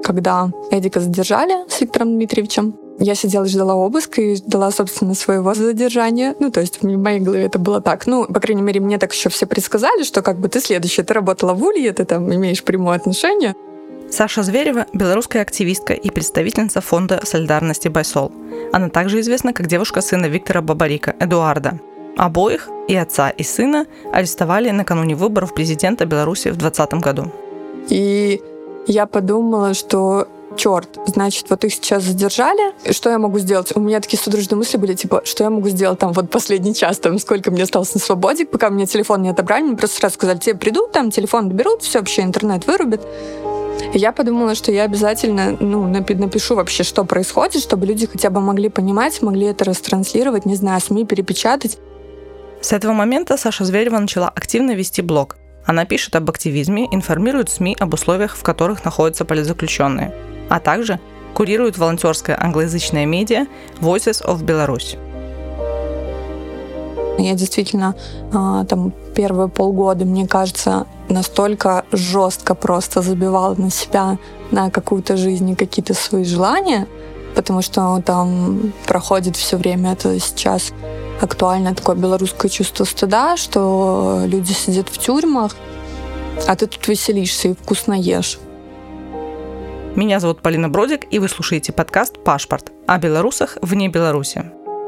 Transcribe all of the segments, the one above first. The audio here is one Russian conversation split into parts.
когда Эдика задержали с Виктором Дмитриевичем, я сидела и ждала обыска, и ждала, собственно, своего задержания. То есть в моей голове это было так. По крайней мере, мне так еще все предсказали, что ты следующая, ты работала в Улье, ты там имеешь прямое отношение. Саша Зверева – белорусская активистка и представительница фонда солидарности «Байсол». Она также известна как девушка сына Виктора Бабарика, Эдуарда. Обоих, и отца, и сына, арестовали накануне выборов президента Беларуси в 2020 году. И я подумала, что черт, значит, их сейчас задержали, что я могу сделать? У меня такие судорожные мысли были, что я могу сделать последний час, сколько мне осталось на свободе, пока мне телефон не отобрали, мне просто сразу сказали, тебе придут, телефон доберут, все, вообще интернет вырубят. И я подумала, что я обязательно напишу вообще, что происходит, чтобы люди хотя бы могли понимать, могли это растранслировать, не знаю, СМИ перепечатать. С этого момента Саша Зверева начала активно вести блог. Она пишет об активизме, информирует СМИ об условиях, в которых находятся политзаключенные, а также курирует волонтерское англоязычное медиа Voices of Belarus. Я действительно первые полгода, мне кажется, настолько жестко просто забивала на себя, на какую-то жизнь и какие-то свои желания, потому что там проходит все время это сейчас актуальное такое белорусское чувство стыда, что люди сидят в тюрьмах, а ты тут веселишься и вкусно ешь. Меня зовут Полина Бродик, и вы слушаете подкаст «Пашпорт» о белорусах вне Беларуси.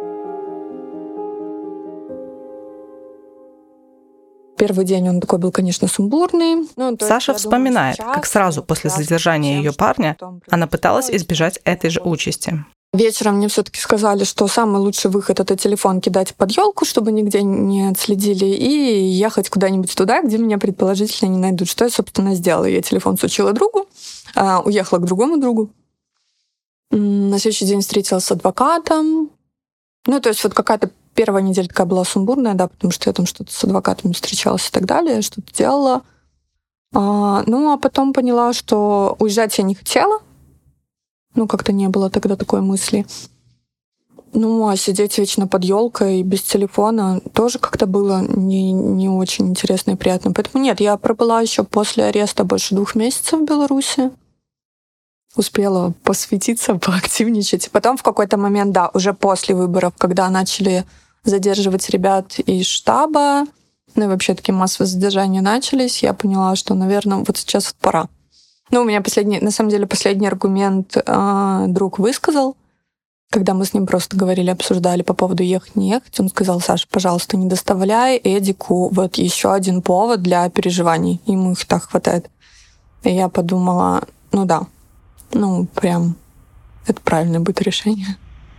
Первый день он такой был, конечно, сумбурный. Саша вспоминает, как сразу после задержания ее парня она пыталась избежать этой же участи. Вечером мне все-таки сказали, что самый лучший выход — это телефон кидать под елку, чтобы нигде не отследили, и ехать куда-нибудь туда, где меня предположительно не найдут. Что я, собственно, сделала? Я телефон сучила другу, уехала к другому другу. На следующий день встретилась с адвокатом. То есть какая-то первая неделя такая была сумбурная, да, потому что я там что-то с адвокатами встречалась и так далее, что-то делала. А потом поняла, что уезжать я не хотела. Как-то не было тогда такой мысли. А сидеть вечно под елкой без телефона тоже как-то было не очень интересно и приятно. Поэтому нет, я пробыла еще после ареста больше 2 месяцев в Беларуси. Успела посвятиться, поактивничать. Потом в какой-то момент, да, уже после выборов, когда начали задерживать ребят из штаба, и вообще такие массовые задержания начались, я поняла, что, наверное, сейчас пора. У меня последний аргумент друг высказал, когда мы с ним просто говорили, обсуждали по поводу ехать, не ехать. Он сказал: Саша, пожалуйста, не доставляй Эдику еще один повод для переживаний. Ему их так хватает. И я подумала, да, прям это правильное будет решение.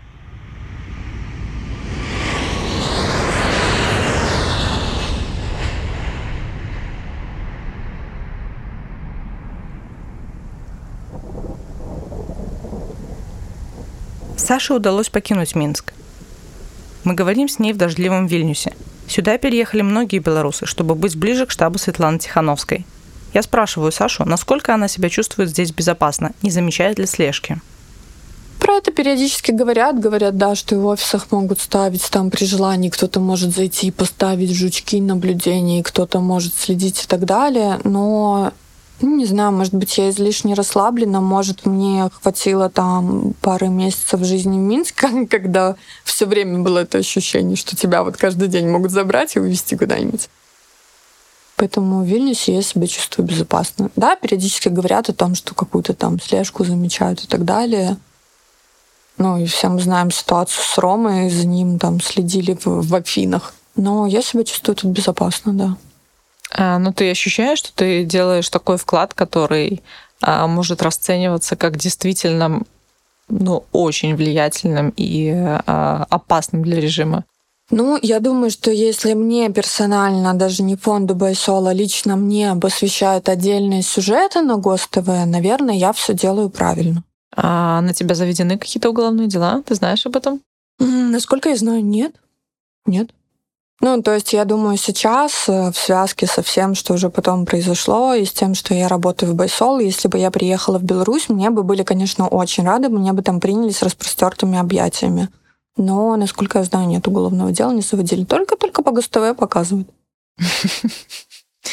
Саше удалось покинуть Минск. Мы говорим с ней в дождливом Вильнюсе. Сюда переехали многие белорусы, чтобы быть ближе к штабу Светланы Тихановской. Я спрашиваю Сашу, насколько она себя чувствует здесь безопасно, не замечает ли слежки. Про это периодически говорят, да, что и в офисах могут ставить там при желании, кто-то может зайти и поставить жучки наблюдения, кто-то может следить и так далее, но не знаю, может быть, я излишне расслаблена, может, мне хватило там пары месяцев жизни в Минске, когда все время было это ощущение, что тебя каждый день могут забрать и увезти куда-нибудь. Поэтому в Вильнюсе я себя чувствую безопасно. Да, периодически говорят о том, что какую-то там слежку замечают и так далее. И все мы знаем ситуацию с Ромой, за ним там следили в Афинах. Но я себя чувствую тут безопасно, да. Ты ощущаешь, что ты делаешь такой вклад, который может расцениваться как действительно очень влиятельным и опасным для режима? Я думаю, что если мне персонально, даже не фонду Байсол, а лично мне посвящают отдельные сюжеты на ГосТВ, наверное, я все делаю правильно. А на тебя заведены какие-то уголовные дела? Ты знаешь об этом? Насколько я знаю, нет. Нет. То есть я думаю, сейчас в связке со всем, что уже потом произошло, и с тем, что я работаю в Байсол, если бы я приехала в Беларусь, мне бы были, конечно, очень рады, меня бы там приняли с распростертыми объятиями. Но, насколько я знаю, нет уголовного дела, не заводили. Только по ГосТВ показывают.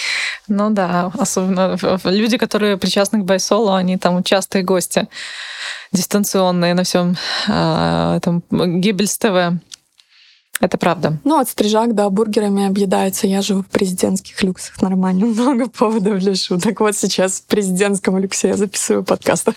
Ну да, особенно люди, которые причастны к Байсолу, они там частые гости дистанционные на всем этом Геббельс ТВ. Это правда. Ну, от стрижак, да, бургерами объедается. Я живу в президентских люксах, нормально. Много поводов для шуток. Вот сейчас в президентском люксе я записываю подкаст.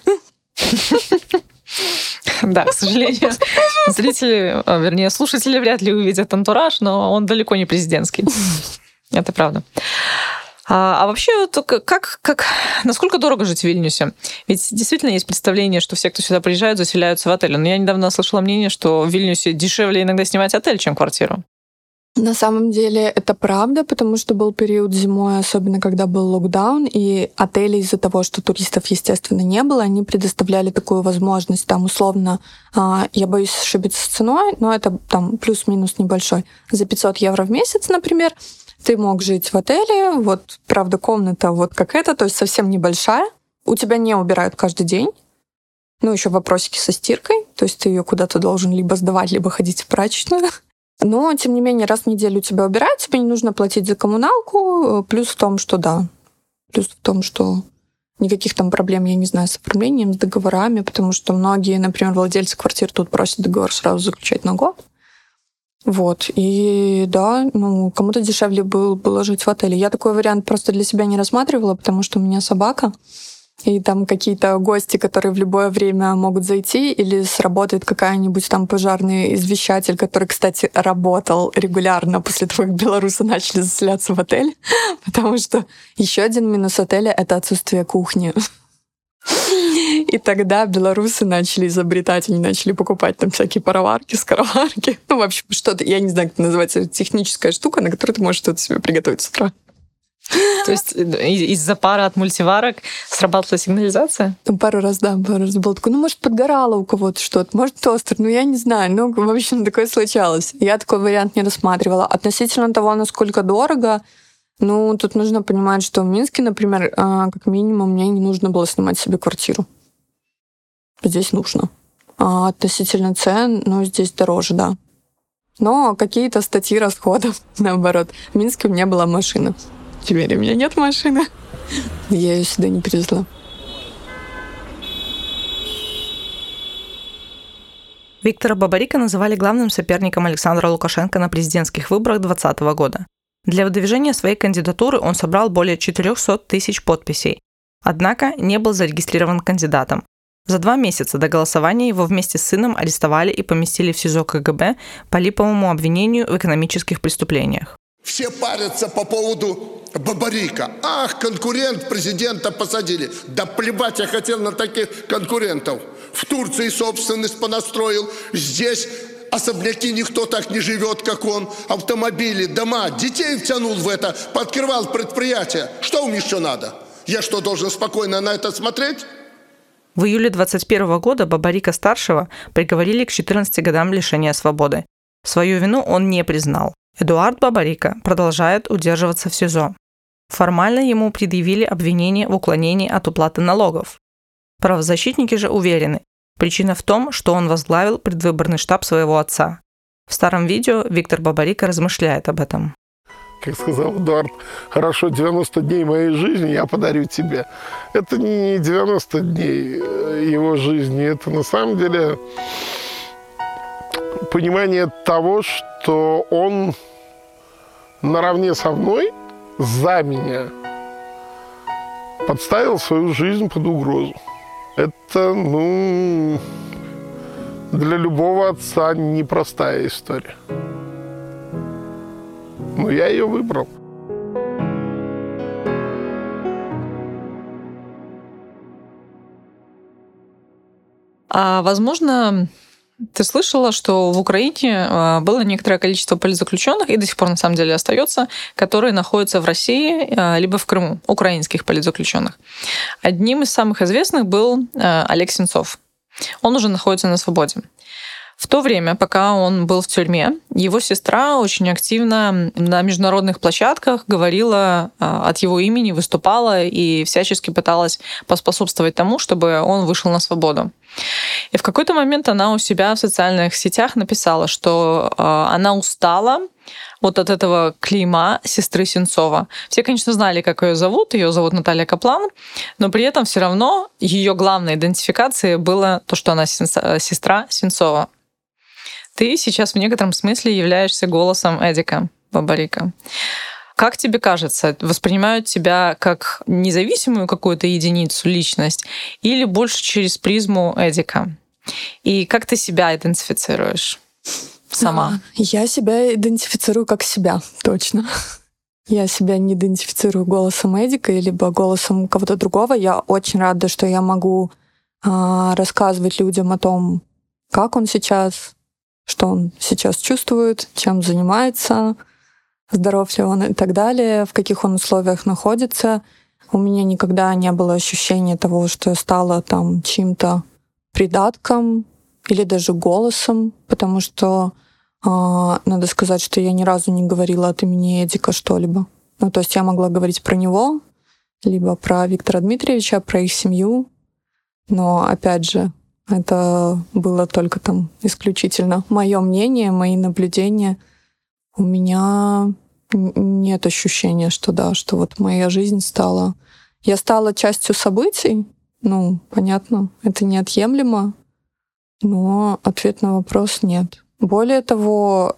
Да, к сожалению, зрители, вернее, слушатели вряд ли увидят антураж, но он далеко не президентский. Это правда. А вообще, насколько дорого жить в Вильнюсе? Ведь действительно есть представление, что все, кто сюда приезжают, заселяются в отели. Но я недавно слышала мнение, что в Вильнюсе дешевле иногда снимать отель, чем квартиру. На самом деле это правда, потому что был период зимой, особенно когда был локдаун, и отели из-за того, что туристов, естественно, не было, они предоставляли такую возможность. Там условно, я боюсь ошибиться с ценой, но это там плюс-минус небольшой. За 500 евро в месяц, например, ты мог жить в отеле, вот, правда, комната вот как эта, то есть совсем небольшая. У тебя не убирают каждый день. Ну, еще вопросики со стиркой, то есть ты ее куда-то должен либо сдавать, либо ходить в прачечную. Но, тем не менее, раз в неделю тебя убирают, тебе не нужно платить за коммуналку. Плюс в том, что никаких там проблем, я не знаю, с оформлением, с договорами, потому что многие, например, владельцы квартир тут просят договор сразу заключать на год. Вот. И да, кому-то дешевле было жить в отеле. Я такой вариант просто для себя не рассматривала, потому что у меня собака, и там какие-то гости, которые в любое время могут зайти, или сработает какая-нибудь там пожарный извещатель, который, кстати, работал регулярно после того, как белорусы начали заселяться в отель, потому что еще один минус отеля — это отсутствие кухни. И тогда белорусы начали изобретать, они начали покупать там всякие пароварки, скороварки. Ну, в общем, что-то, я не знаю, как это называется, техническая штука, на которой ты можешь что-то себе приготовить с утра. То есть из-за пара от мультиварок срабатывала сигнализация? Пару раз было такое, может, подгорало у кого-то что-то, может, тостер, я не знаю. В общем, такое случалось. Я такой вариант не рассматривала. Относительно того, насколько дорого, тут нужно понимать, что в Минске, например, как минимум, мне не нужно было снимать себе квартиру. Здесь нужно. А относительно цен, здесь дороже, да. Но какие-то статьи расходов, наоборот. В Минске у меня была машина. Теперь у меня нет машины. Я ее сюда не привезла. Виктора Бабарика называли главным соперником Александра Лукашенко на президентских выборах 2020 года. Для выдвижения своей кандидатуры он собрал более 400 тысяч подписей, однако не был зарегистрирован кандидатом. За 2 месяца до голосования его вместе с сыном арестовали и поместили в СИЗО КГБ по липовому обвинению в экономических преступлениях. Все парятся по поводу Бабарика. Ах, конкурент президента посадили. Да плевать я хотел на таких конкурентов. В Турции собственность понастроил. Здесь особняки никто так не живет, как он. Автомобили, дома, детей втянул в это. Пооткрывал предприятия. Что им еще надо? Я что, должен спокойно на это смотреть? В июле 2021 года Бабарика-старшего приговорили к 14 годам лишения свободы. Свою вину он не признал. Эдуард Бабарика продолжает удерживаться в СИЗО. Формально ему предъявили обвинение в уклонении от уплаты налогов. Правозащитники же уверены, причина в том, что он возглавил предвыборный штаб своего отца. В старом видео Виктор Бабарика размышляет об этом. Как сказал Эдуард, хорошо, 90 дней моей жизни я подарю тебе. Это не 90 дней его жизни, это на самом деле понимание того, что он наравне со мной, за меня, подставил свою жизнь под угрозу. Это, для любого отца непростая история. Но я ее выбрал. А возможно, ты слышала, что в Украине было некоторое количество политзаключенных, и до сих пор на самом деле остается, которые находятся в России либо в Крыму, украинских политзаключенных. Одним из самых известных был Олег Сенцов. Он уже находится на свободе. В то время, пока он был в тюрьме, его сестра очень активно на международных площадках говорила от его имени, выступала и всячески пыталась поспособствовать тому, чтобы он вышел на свободу. И в какой-то момент она у себя в социальных сетях написала, что она устала вот от этого клейма сестры Сенцова. Все, конечно, знали, как ее зовут Наталья Каплан, но при этом все равно ее главной идентификацией было то, что она сестра Сенцова. Ты сейчас в некотором смысле являешься голосом Эдика Бабарика. Как тебе кажется, воспринимают тебя как независимую какую-то единицу, личность, или больше через призму Эдика? И как ты себя идентифицируешь сама? Я себя идентифицирую как себя, точно. Я себя не идентифицирую голосом Эдика либо голосом кого-то другого. Я очень рада, что я могу рассказывать людям о том, как он сейчас, что он сейчас чувствует, чем занимается, здоров ли он и так далее, в каких он условиях находится. У меня никогда не было ощущения того, что я стала там чьим-то придатком или даже голосом, потому что надо сказать, что я ни разу не говорила от имени Эдика что-либо. Ну, то есть я могла говорить про него, либо про Виктора Дмитриевича, про их семью, но, опять же, это было только там исключительно мое мнение, мои наблюдения. У меня нет ощущения, что да, что вот моя жизнь стала... Я стала частью событий, ну, понятно, это неотъемлемо, но ответ на вопрос нет. Более того,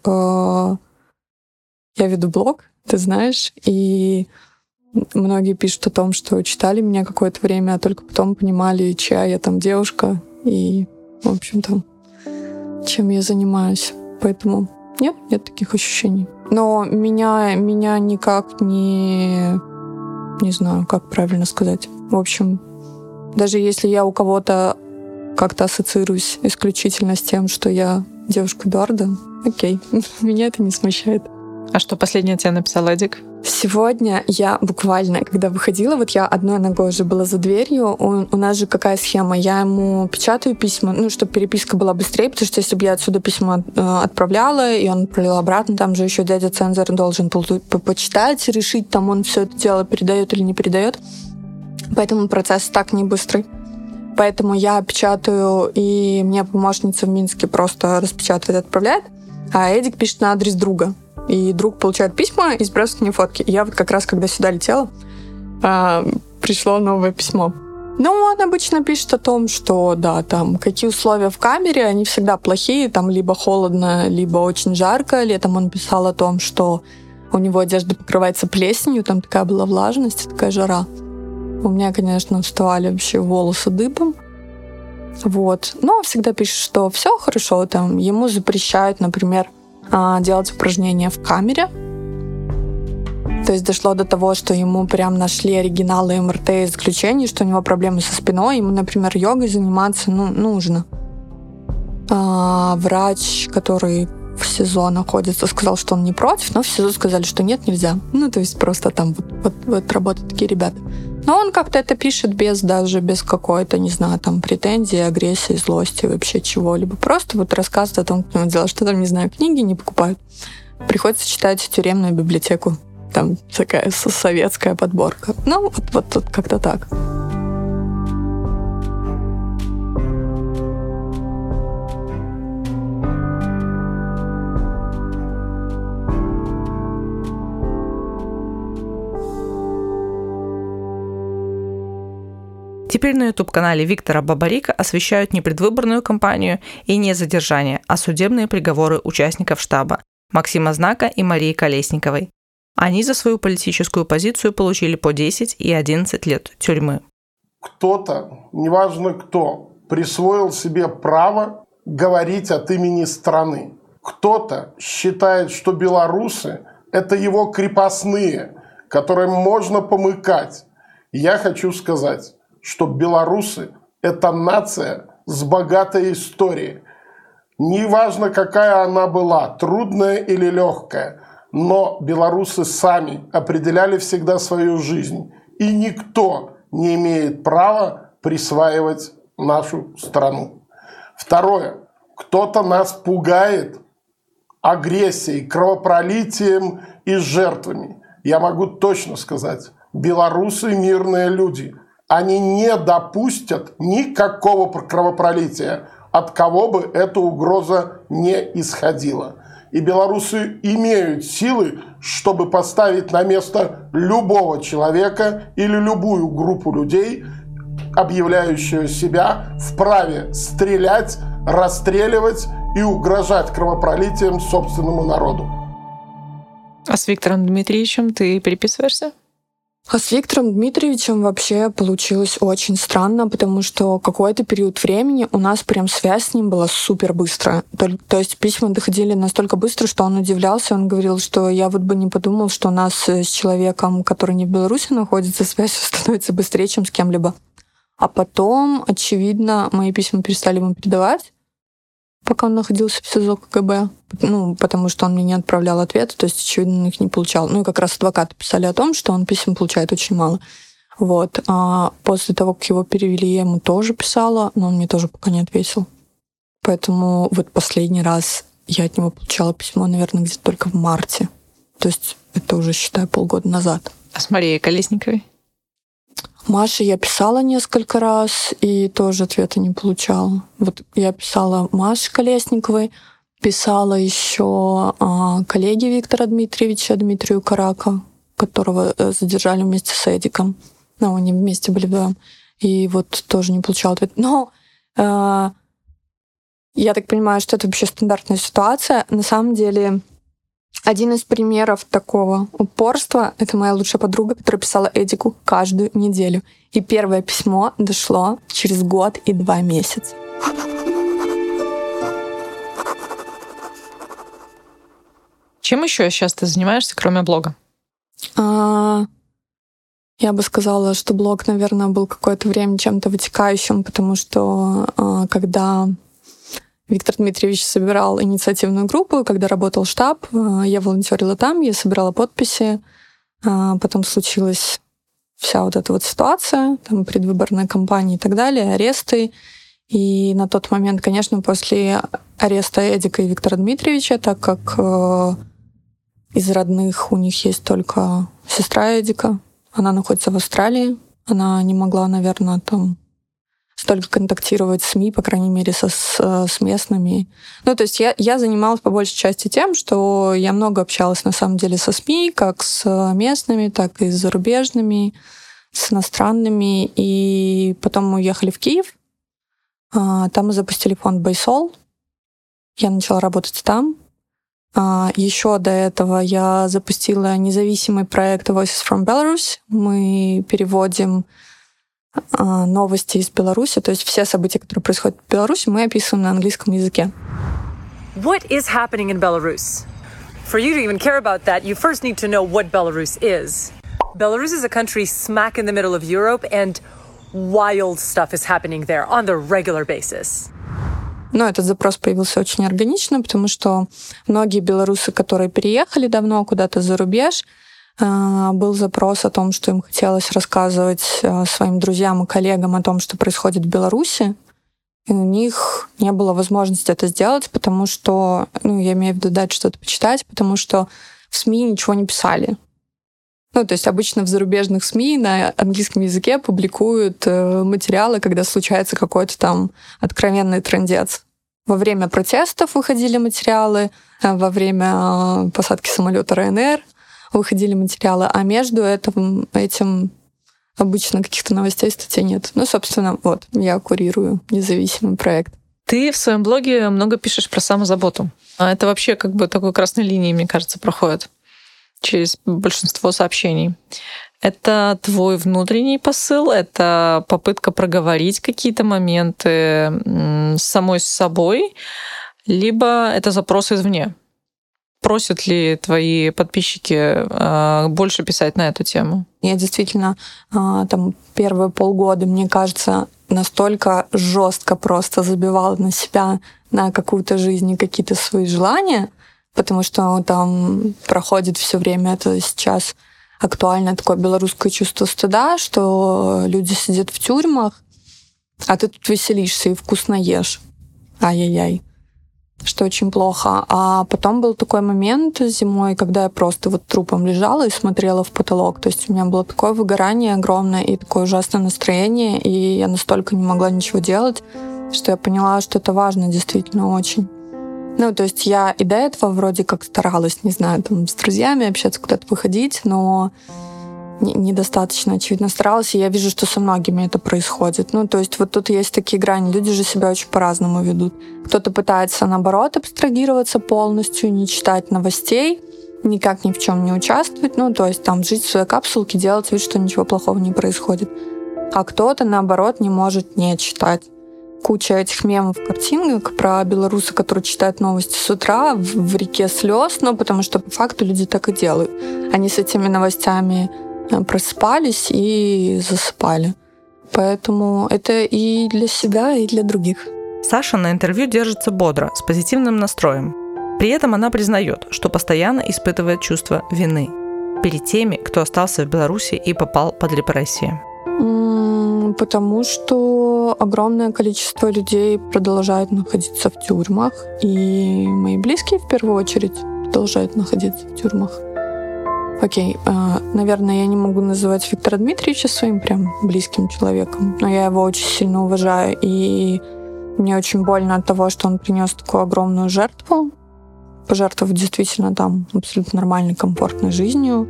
я веду блог, ты знаешь, и многие пишут о том, что читали меня какое-то время, а только потом понимали, чья я там девушка и, в общем-то, чем я занимаюсь. Поэтому нет таких ощущений. Но меня никак не знаю, как правильно сказать. В общем, даже если я у кого-то как-то ассоциируюсь исключительно с тем, что я девушка Эдуарда, окей, меня это не смущает. А что последнее тебе написал Эдик? Сегодня я буквально, когда выходила, вот я одной ногой уже была за дверью, у нас же какая схема, я ему печатаю письма, ну, чтобы переписка была быстрее, потому что если бы я отсюда письмо отправляла, и он отправлял обратно, там же еще дядя цензор должен почитать, решить, там он все это дело передает или не передает. Поэтому процесс так не быстрый. Поэтому я печатаю, и мне помощница в Минске просто распечатывает и отправляет, а Эдик пишет на адрес друга. И друг получает письма и сбрасывает мне фотки. И я вот как раз, когда сюда летела, пришло новое письмо. Ну, он обычно пишет о том, что, да, там, какие условия в камере, они всегда плохие, там, либо холодно, либо очень жарко. Летом он писал о том, что у него одежда покрывается плесенью, там такая была влажность, такая жара. У меня, конечно, вставали вообще волосы дыбом. Вот. Но всегда пишет, что все хорошо, там, ему запрещают, например, делать упражнения в камере. То есть дошло до того, что ему прям нашли оригиналы МРТ и заключений, что у него проблемы со спиной. Ему, например, йогой заниматься нужно. Врач, который в СИЗО находится, сказал, что он не против, но в СИЗО сказали, что нет, нельзя. Ну, то есть просто там вот работают такие ребята. Но он как-то это пишет даже без какой-то, не знаю, там, претензии, агрессии, злости, вообще чего-либо. Просто вот рассказывает о том, как он делал, что там, не знаю, книги не покупают. Приходится читать тюремную библиотеку. Там такая советская подборка. Ну, вот как-то так. Теперь на YouTube-канале Виктора Бабарика освещают не предвыборную кампанию и не задержание, а судебные приговоры участников штаба Максима Знака и Марии Колесниковой. Они за свою политическую позицию получили по 10 и 11 лет тюрьмы. Кто-то, неважно кто, присвоил себе право говорить от имени страны. Кто-то считает, что белорусы – это его крепостные, которым можно помыкать. Я хочу сказать, что белорусы – это нация с богатой историей. Неважно, какая она была, трудная или легкая, но белорусы сами определяли всегда свою жизнь, и никто не имеет права присваивать нашу страну. Второе. Кто-то нас пугает агрессией, кровопролитием и жертвами. Я могу точно сказать, белорусы – мирные люди. Они не допустят никакого кровопролития, от кого бы эта угроза не исходила. и белорусы имеют силы, чтобы поставить на место любого человека или любую группу людей, объявляющую себя вправе стрелять, расстреливать и угрожать кровопролитием собственному народу. А с Виктором Дмитриевичем ты переписываешься? А с Виктором Дмитриевичем вообще получилось очень странно, потому что какой-то период времени у нас прям связь с ним была супер быстрая. То есть письма доходили настолько быстро, что он удивлялся. Он говорил, что я вот бы не подумал, что у нас с человеком, который не в Беларуси находится, связь становится быстрее, чем с кем-либо. А потом, очевидно, мои письма перестали ему передавать, пока он находился в СИЗО КГБ. Потому что он мне не отправлял ответы, то есть, очевидно, он их не получал. И как раз адвокаты писали о том, что он писем получает очень мало. Вот. А после того, как его перевели, я ему тоже писала, но он мне тоже пока не ответил. Поэтому вот последний раз я от него получала письмо, наверное, где-то только в марте. То есть это уже, считай, полгода назад. А с Марией Колесниковой? Маше я писала несколько раз и тоже ответа не получала. Вот я писала Маше Колесниковой, писала еще коллеге Виктора Дмитриевича, Дмитрию Карака, которого задержали вместе с Эдиком. Они вместе были вдвоем. И вот тоже не получала ответа. Но я так понимаю, что это вообще стандартная ситуация. На самом деле, один из примеров такого упорства — это моя лучшая подруга, которая писала Эдику каждую неделю. И первое письмо дошло через год и 2 месяца. Чем еще сейчас ты занимаешься, кроме блога? Я бы сказала, что блог, наверное, был какое-то время чем-то вытекающим, потому что когда Виктор Дмитриевич собирал инициативную группу, когда работал штаб, я волонтерила там, я собирала подписи. Потом случилась вся вот эта вот ситуация, там предвыборная кампания и так далее, аресты. И на тот момент, конечно, после ареста Эдика и Виктора Дмитриевича, так как из родных у них есть только сестра Эдика, она находится в Австралии, она не могла, наверное, там столько контактировать с СМИ, по крайней мере, с местными. То есть я занималась по большей части тем, что я много общалась, на самом деле, со СМИ, как с местными, так и с зарубежными, с иностранными. И потом мы уехали в Киев. Там мы запустили фонд Байсол. Я начала работать там. Еще до этого я запустила независимый проект Voices from Belarus. Мы переводим новости из Беларуси, то есть все события, которые происходят в Беларуси, мы описываем на английском языке. What is happening in Belarus? For you to even care about that, you first need to know what Belarus is. Belarus is a country smack in the middle of Europe, and wild stuff is happening there on the regular basis. Этот запрос появился очень органично, потому что многие белорусы, которые переехали давно куда-то за рубеж, был запрос о том, что им хотелось рассказывать своим друзьям и коллегам о том, что происходит в Беларуси. И у них не было возможности это сделать, потому что, я имею в виду дать что-то почитать, потому что в СМИ ничего не писали. То есть обычно в зарубежных СМИ на английском языке публикуют материалы, когда случается какой-то там откровенный трындец. Во время протестов выходили материалы, во время посадки самолета РНР выходили материалы, а между этим обычно каких-то новостей, статей нет. Собственно, я курирую независимый проект. Ты в своем блоге много пишешь про самозаботу. Это вообще такой красной линией, мне кажется, проходит через большинство сообщений. Это твой внутренний посыл, это попытка проговорить какие-то моменты самой с собой, либо это запрос извне. Просят ли твои подписчики больше писать на эту тему? Я действительно первые полгода, мне кажется, настолько жестко просто забивала на себя, на какую-то жизнь и какие-то свои желания, потому что там проходит все время, это сейчас актуальное такое белорусское чувство стыда, что люди сидят в тюрьмах, а ты тут веселишься и вкусно ешь. Ай-яй-яй. Что очень плохо. А потом был такой момент зимой, когда я просто трупом лежала и смотрела в потолок. То есть у меня было такое выгорание огромное и такое ужасное настроение, и я настолько не могла ничего делать, что я поняла, что это важно действительно очень. Ну, то есть я и до этого вроде как старалась, не знаю, там, с друзьями общаться, куда-то выходить, но недостаточно, очевидно, старалась, и я вижу, что со многими это происходит. Ну, то есть вот тут есть такие грани. Люди же себя очень по-разному ведут. Кто-то пытается, наоборот, абстрагироваться полностью, не читать новостей, никак ни в чем не участвовать, ну, то есть там жить в своей капсулке, делать вид, что ничего плохого не происходит. А кто-то, наоборот, не может не читать. Куча этих мемов, картинок про белоруса, которые читают новости с утра в реке слез, ну, потому что по факту люди так и делают. Они с этими новостями просыпались и засыпали. Поэтому это и для себя, и для других. Саша на интервью держится бодро, с позитивным настроем. При этом она признает, что постоянно испытывает чувство вины перед теми, кто остался в Беларуси и попал под репрессии. Потому что огромное количество людей продолжает находиться в тюрьмах, и мои близкие в первую очередь продолжают находиться в тюрьмах. Окей, наверное, я не могу называть Виктора Дмитриевича своим прям близким человеком, но я его очень сильно уважаю, и мне очень больно от того, что он принес такую огромную жертву, пожертвовав действительно там абсолютно нормальной, комфортной жизнью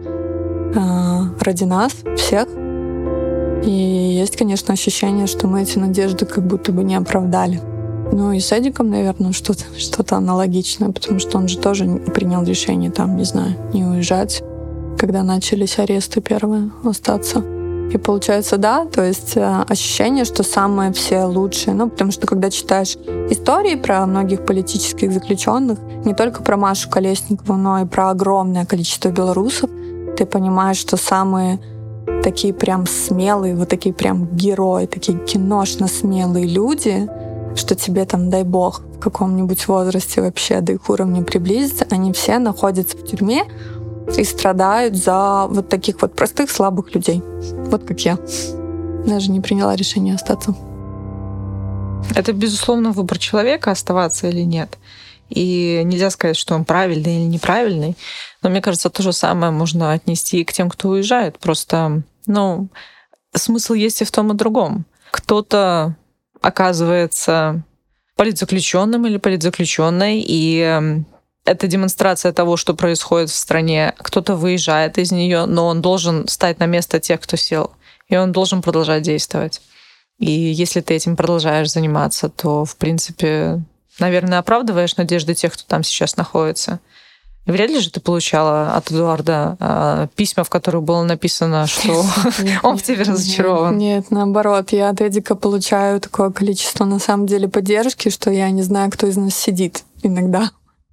ради нас всех. И есть, конечно, ощущение, что мы эти надежды как будто бы не оправдали. Ну и с Эдиком, наверное, что-то аналогичное, потому что он же тоже принял решение там, не знаю, не уезжать, когда начались аресты первые, остаться. И получается, да, то есть ощущение, что самые все лучшие. Ну, потому что когда читаешь истории про многих политических заключенных, не только про Машу Колесникову, но и про огромное количество белорусов, ты понимаешь, что самые такие прям смелые, вот такие прям герои, такие киношно смелые люди, что тебе там, дай бог, в каком-нибудь возрасте вообще до их уровня приблизиться, они все находятся в тюрьме и страдают за вот таких вот простых, слабых людей. Вот как я. Даже не приняла решение остаться. Это, безусловно, выбор человека, оставаться или нет. И нельзя сказать, что он правильный или неправильный. Но мне кажется, то же самое можно отнести и к тем, кто уезжает. Просто, смысл есть и в том, и в другом. Кто-то оказывается политзаключенным или политзаключенной, и это демонстрация того, что происходит в стране. Кто-то выезжает из нее, но он должен стать на место тех, кто сел. И он должен продолжать действовать. И если ты этим продолжаешь заниматься, то, в принципе, наверное, оправдываешь надежды тех, кто там сейчас находится. И вряд ли же ты получала от Эдуарда письма, в которых было написано, что он в тебе разочарован? Нет, наоборот. Я от Эдика получаю такое количество, на самом деле, поддержки, что я не знаю, кто из нас сидит иногда.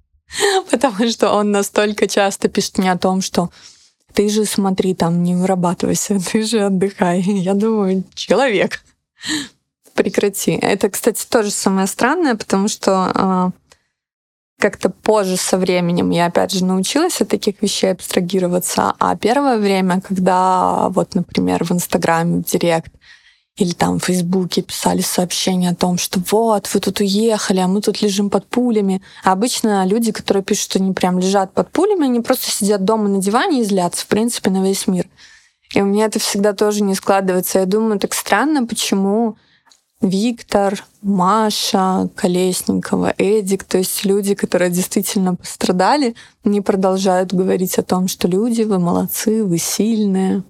Потому что он настолько часто пишет мне о том, что ты же смотри, там, не вырабатывайся, ты же отдыхай. Я думаю, человек, прекрати. Это, кстати, тоже самое странное, потому что как-то позже со временем я, опять же, научилась от таких вещей абстрагироваться. А первое время, когда, вот, например, в Инстаграме, в Директ или там в Фейсбуке писали сообщения о том, что вот, вы тут уехали, а мы тут лежим под пулями. А обычно люди, которые пишут, что они прям лежат под пулями, они просто сидят дома на диване и злятся, в принципе, на весь мир. И у меня это всегда тоже не складывается. Я думаю, так странно, почему Виктор, Маша Колесникова, Эдик, то есть люди, которые действительно пострадали, не продолжают говорить о том, что люди, вы молодцы, вы сильные.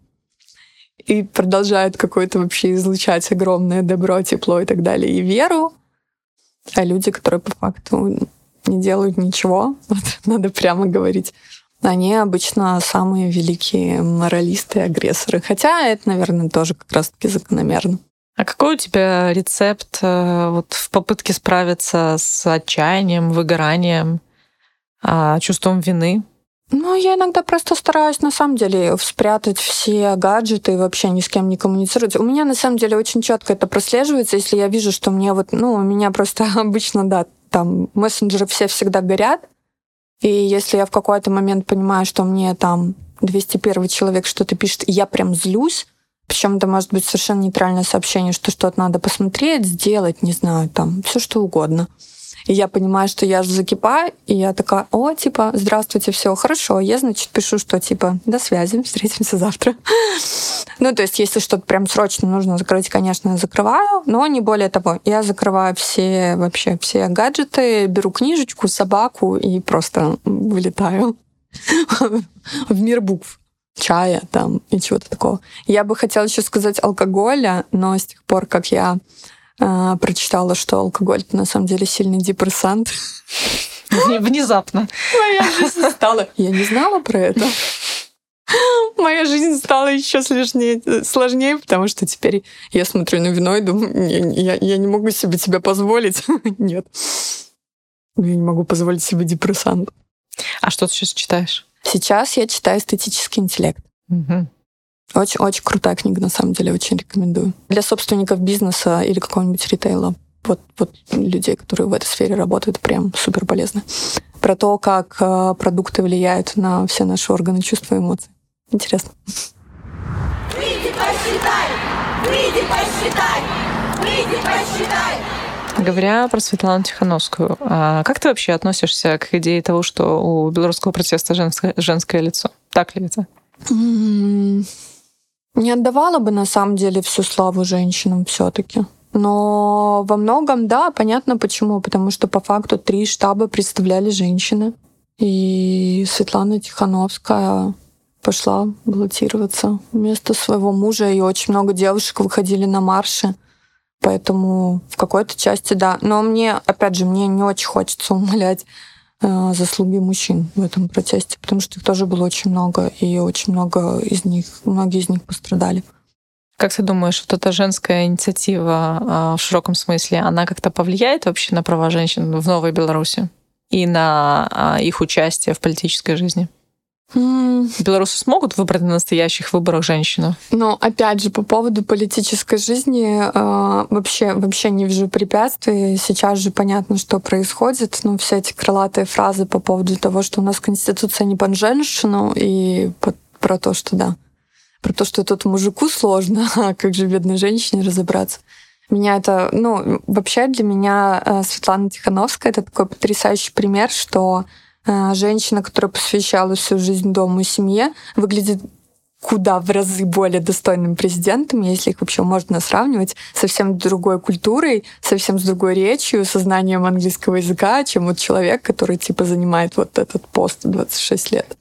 И продолжают какое-то вообще излучать огромное добро, тепло и так далее, и веру. А люди, которые по факту не делают ничего, вот, надо прямо говорить, они обычно самые великие моралисты и агрессоры. Хотя это, наверное, тоже как раз-таки закономерно. А какой у тебя рецепт вот в попытке справиться с отчаянием, выгоранием, чувством вины? Я иногда просто стараюсь, на самом деле, спрятать все гаджеты и вообще ни с кем не коммуницировать. У меня, на самом деле, очень четко это прослеживается, если я вижу, что мне у меня просто обычно, да, там мессенджеры все всегда горят, и если я в какой-то момент понимаю, что мне там 201 человек что-то пишет, и я прям злюсь, причем это может быть совершенно нейтральное сообщение, что что-то надо посмотреть, сделать, не знаю, там, все что угодно. И я понимаю, что я же закипаю, и я такая, типа, здравствуйте, все хорошо. Я, значит, пишу, что, типа, до связи, встретимся завтра. Ну, то есть, если что-то прям срочно нужно закрыть, конечно, я закрываю, но не более того. Я закрываю все гаджеты, беру книжечку, собаку и просто вылетаю в мир букв. Чая там и чего-то такого. Я бы хотела еще сказать алкоголя, но с тех пор, как я прочитала, что алкоголь — это на самом деле сильный депрессант. Внезапно. Моя жизнь стала... Я не знала про это. Моя жизнь стала еще сложнее, потому что теперь я смотрю на вино и думаю, я не могу себе тебя позволить. Нет. Я не могу позволить себе депрессант. А что ты сейчас читаешь? Сейчас я читаю «Эстетический интеллект». Угу. Очень крутая книга, на самом деле, очень рекомендую. Для собственников бизнеса или какого-нибудь ритейла. Вот людей, которые в этой сфере работают, прям супер полезно. Про то, как продукты влияют на все наши органы чувств и эмоций. Интересно. Выйди, посчитай! Выйди, посчитай! Выйди, посчитай! Говоря про Светлану Тихановскую, как ты вообще относишься к идее того, что у белорусского протеста женское лицо? Так ли это? Не отдавала бы, на самом деле, всю славу женщинам все-таки. Но во многом, да, понятно почему. Потому что по факту 3 штаба представляли женщины. И Светлана Тихановская пошла баллотироваться вместо своего мужа. И очень много девушек выходили на марши. Поэтому в какой-то части, да. Но мне, опять же, мне не очень хочется умалять заслуги мужчин в этом протесте, потому что их тоже было очень много, и многие из них пострадали. Как ты думаешь, вот эта женская инициатива в широком смысле, она как-то повлияет вообще на права женщин в Новой Беларуси и на их участие в политической жизни? Белорусы смогут выбрать на настоящих выборах женщину? Но опять же, по поводу политической жизни вообще не вижу препятствий. Сейчас же понятно, что происходит. Но все эти крылатые фразы по поводу того, что у нас Конституция не под женщину, и про то, что да, про то, что тут мужику сложно, а как же бедной женщине разобраться. Меня это, вообще для меня Светлана Тихановская — это такой потрясающий пример, что женщина, которая посвящала всю жизнь дому и семье, выглядит куда в разы более достойным президентом, если их вообще можно сравнивать, совсем другой культурой, совсем с другой речью, со знанием английского языка, чем вот человек, который типа занимает вот этот пост 26 лет.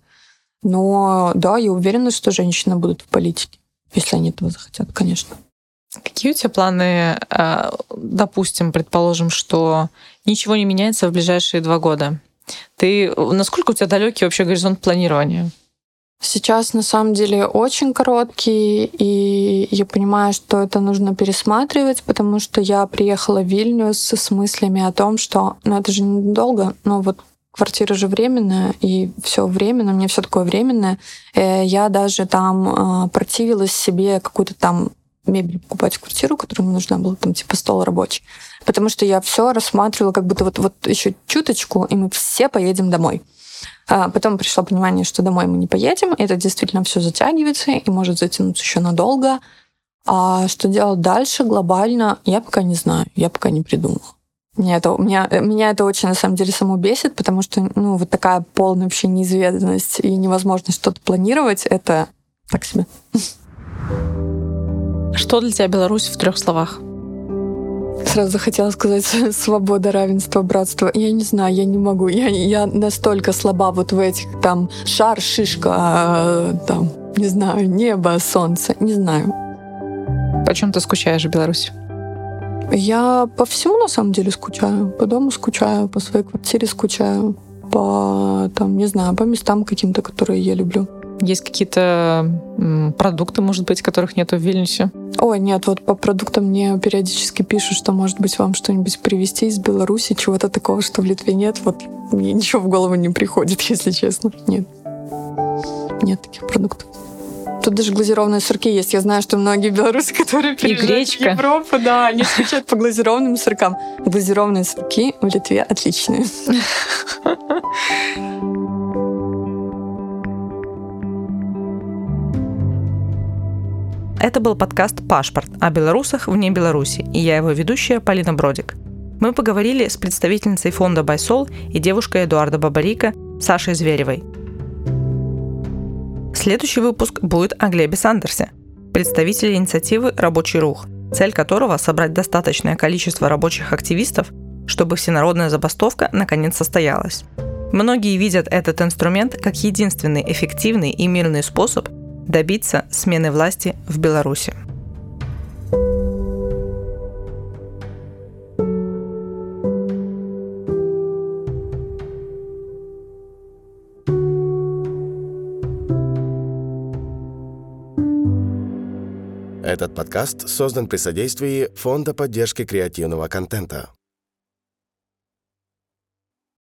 Но да, я уверена, что женщины будут в политике, если они этого захотят, конечно. Какие у тебя планы, допустим, предположим, что ничего не меняется в ближайшие 2 года? Насколько у тебя далекий вообще горизонт планирования? Сейчас, на самом деле, очень короткий, и я понимаю, что это нужно пересматривать, потому что я приехала в Вильнюс с мыслями о том, что, это же недолго, но вот квартира же временная, и все временно, мне все такое временное. Я даже там противилась себе какую-то там мебель покупать в квартиру, которая мне нужна была, там типа стол рабочий. Потому что я все рассматривала как будто вот еще чуточку, и мы все поедем домой. Потом пришло понимание, что домой мы не поедем, и это действительно все затягивается и может затянуться еще надолго. А что делать дальше глобально, я пока не знаю, я пока не придумала. Меня это очень, на самом деле, само бесит, потому что вот такая полная вообще неизведанность и невозможность что-то планировать, это так себе. Что для тебя Беларусь в 3 словах? Сразу захотела сказать свобода, равенство, братство. Я не знаю, я не могу. Я настолько слаба вот в этих там шар, шишка, там, не знаю, небо, солнце, не знаю. По чем ты скучаешь в Беларуси? Я по всему, на самом деле, скучаю. По дому скучаю, по своей квартире скучаю, по местам каким-то, которые я люблю. Есть какие-то продукты, может быть, которых нету в Вильнюсе? Ой, нет, вот по продуктам мне периодически пишут, что, может быть, вам что-нибудь привезти из Беларуси, чего-то такого, что в Литве нет. Вот мне ничего в голову не приходит, если честно. Нет. Нет таких продуктов. Тут даже глазированные сырки есть. Я знаю, что многие белорусы, которые приезжают в Европу, да, они скучают по глазированным сыркам. Глазированные сырки в Литве отличные. Это был подкаст «Пашпорт» о белорусах вне Беларуси, и я его ведущая Полина Бродик. Мы поговорили с представительницей фонда «Байсол» и девушкой Эдуарда Бабарико Сашей Зверевой. Следующий выпуск будет о Глебе Сандерсе, представителе инициативы «Рабочий рух», цель которого – собрать достаточное количество рабочих активистов, чтобы всенародная забастовка наконец состоялась. Многие видят этот инструмент как единственный эффективный и мирный способ добиться смены власти в Беларуси. Этот подкаст создан при содействии Фонда поддержки креативного контента.